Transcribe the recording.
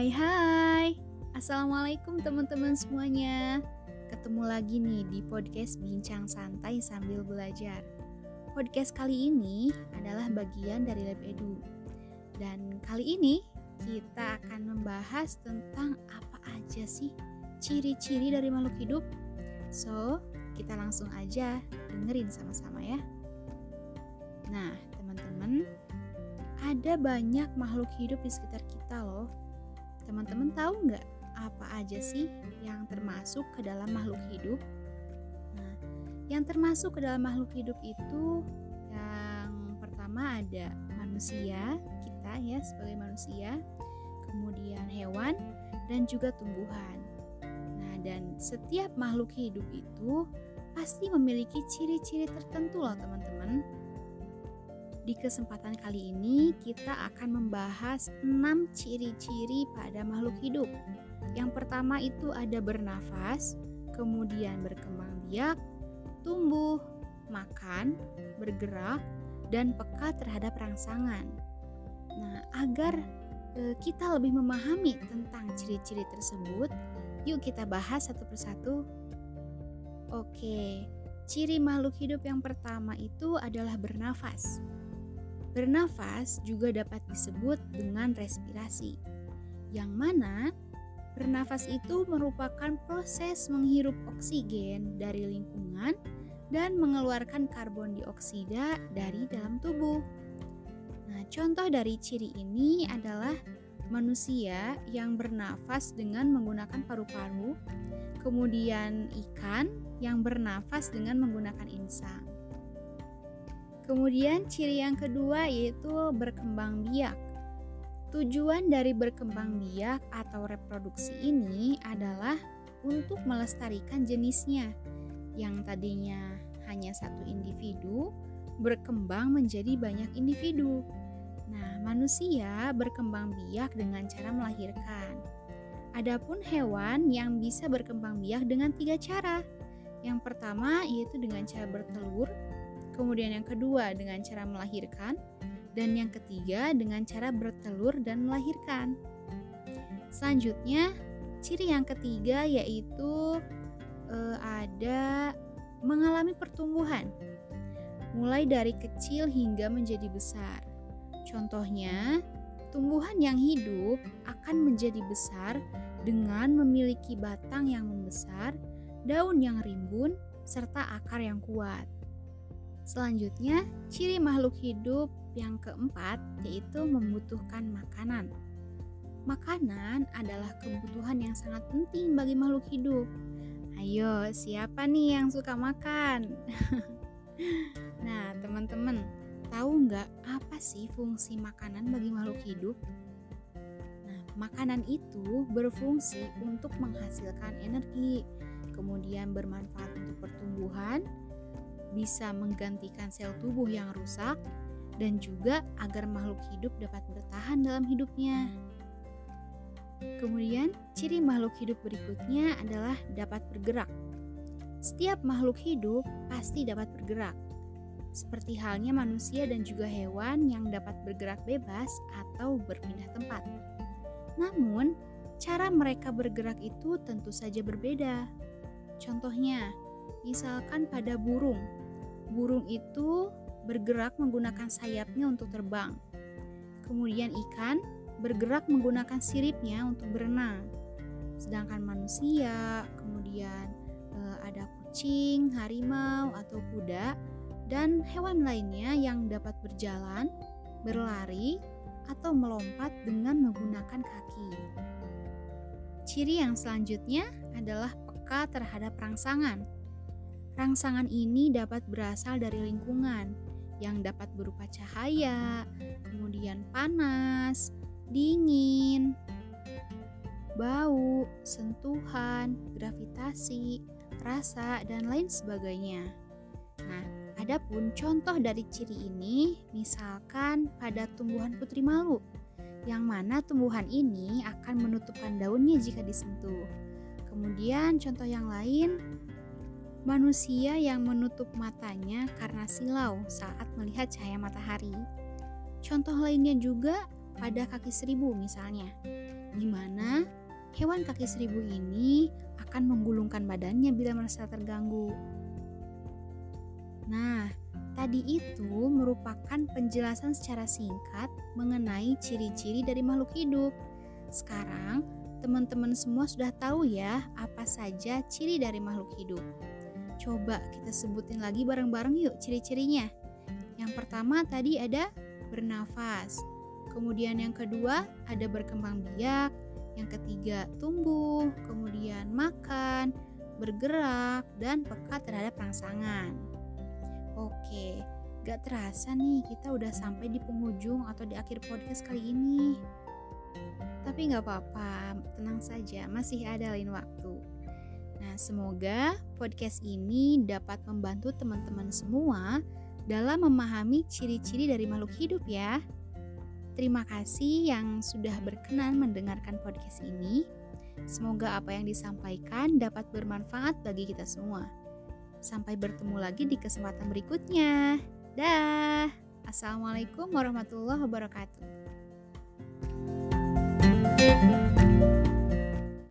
Hai, Assalamualaikum teman-teman semuanya. Ketemu lagi nih di podcast Bincang Santai Sambil Belajar. Podcast kali ini adalah bagian dari Lab Edu. Dan kali ini kita akan membahas tentang apa aja sih ciri-ciri dari makhluk hidup. So, kita langsung aja dengerin sama-sama ya. Nah, teman-teman, ada banyak makhluk hidup di sekitar kita loh. Teman-teman tahu nggak apa aja sih yang termasuk ke dalam makhluk hidup? Nah, yang termasuk ke dalam makhluk hidup itu yang pertama ada manusia, kita ya sebagai manusia, kemudian hewan dan juga tumbuhan. Nah, dan setiap makhluk hidup itu pasti memiliki ciri-ciri tertentu loh teman-teman. Di kesempatan kali ini kita akan membahas 6 ciri-ciri pada makhluk hidup. Yang pertama itu ada bernafas, kemudian berkembang biak, tumbuh, makan, bergerak, dan peka terhadap rangsangan. Nah, agar kita lebih memahami tentang ciri-ciri tersebut, yuk kita bahas satu persatu. Oke, ciri makhluk hidup yang pertama itu adalah bernafas. Bernafas juga dapat disebut dengan respirasi, yang mana bernafas itu merupakan proses menghirup oksigen dari lingkungan dan mengeluarkan karbon dioksida dari dalam tubuh. Nah, contoh dari ciri ini adalah manusia yang bernafas dengan menggunakan paru-paru, kemudian ikan yang bernafas dengan menggunakan insang. Kemudian ciri yang kedua yaitu berkembang biak. Tujuan dari berkembang biak atau reproduksi ini adalah untuk melestarikan jenisnya yang tadinya hanya satu individu berkembang menjadi banyak individu. Nah, manusia berkembang biak dengan cara melahirkan. Adapun hewan yang bisa berkembang biak dengan 3 cara. Yang pertama yaitu dengan cara bertelur, kemudian yang kedua dengan cara melahirkan, dan yang ketiga dengan cara bertelur dan melahirkan. Selanjutnya, ciri yang ketiga yaitu ada mengalami pertumbuhan, mulai dari kecil hingga menjadi besar. Contohnya, tumbuhan yang hidup akan menjadi besar dengan memiliki batang yang membesar, daun yang rimbun, serta akar yang kuat. Selanjutnya, ciri makhluk hidup yang keempat yaitu membutuhkan makanan. Makanan adalah kebutuhan yang sangat penting bagi makhluk hidup. Ayo, siapa nih yang suka makan? Nah, teman-teman, tahu nggak apa sih fungsi makanan bagi makhluk hidup? Nah, makanan itu berfungsi untuk menghasilkan energi, kemudian bermanfaat untuk pertumbuhan, bisa menggantikan sel tubuh yang rusak, dan juga agar makhluk hidup dapat bertahan dalam hidupnya. Kemudian, ciri makhluk hidup berikutnya adalah dapat bergerak. Setiap makhluk hidup pasti dapat bergerak, seperti halnya manusia dan juga hewan yang dapat bergerak bebas atau berpindah tempat. Namun, cara mereka bergerak itu tentu saja berbeda. Contohnya, misalkan pada burung. Burung itu bergerak menggunakan sayapnya untuk terbang. Kemudian ikan bergerak menggunakan siripnya untuk berenang. Sedangkan manusia, kemudian ada kucing, harimau atau kuda, dan hewan lainnya yang dapat berjalan, berlari, atau melompat dengan menggunakan kaki. Ciri yang selanjutnya adalah peka terhadap rangsangan. Rangsangan ini dapat berasal dari lingkungan yang dapat berupa cahaya, kemudian panas, dingin, bau, sentuhan, gravitasi, rasa, dan lain sebagainya. Nah, adapun contoh dari ciri ini misalkan pada tumbuhan putri malu, yang mana tumbuhan ini akan menutupkan daunnya jika disentuh. Kemudian contoh yang lain, manusia yang menutup matanya karena silau saat melihat cahaya matahari. Contoh lainnya juga pada kaki seribu misalnya, di mana hewan kaki seribu ini akan menggulungkan badannya bila merasa terganggu. Nah, tadi itu merupakan penjelasan secara singkat mengenai ciri-ciri dari makhluk hidup. Sekarang, teman-teman semua sudah tahu ya apa saja ciri dari makhluk hidup. Coba kita sebutin lagi bareng-bareng yuk ciri-cirinya. Yang pertama tadi ada bernafas. Kemudian yang kedua ada berkembang biak. Yang ketiga tumbuh, kemudian makan, bergerak, dan peka terhadap rangsangan. Oke, gak terasa nih kita udah sampai di penghujung atau di akhir podcast kali ini. Tapi gak apa-apa, tenang saja, masih ada lain waktu. Nah, semoga podcast ini dapat membantu teman-teman semua dalam memahami ciri-ciri dari makhluk hidup ya. Terima kasih yang sudah berkenan mendengarkan podcast ini. Semoga apa yang disampaikan dapat bermanfaat bagi kita semua. Sampai bertemu lagi di kesempatan berikutnya. Dah. Assalamualaikum warahmatullahi wabarakatuh.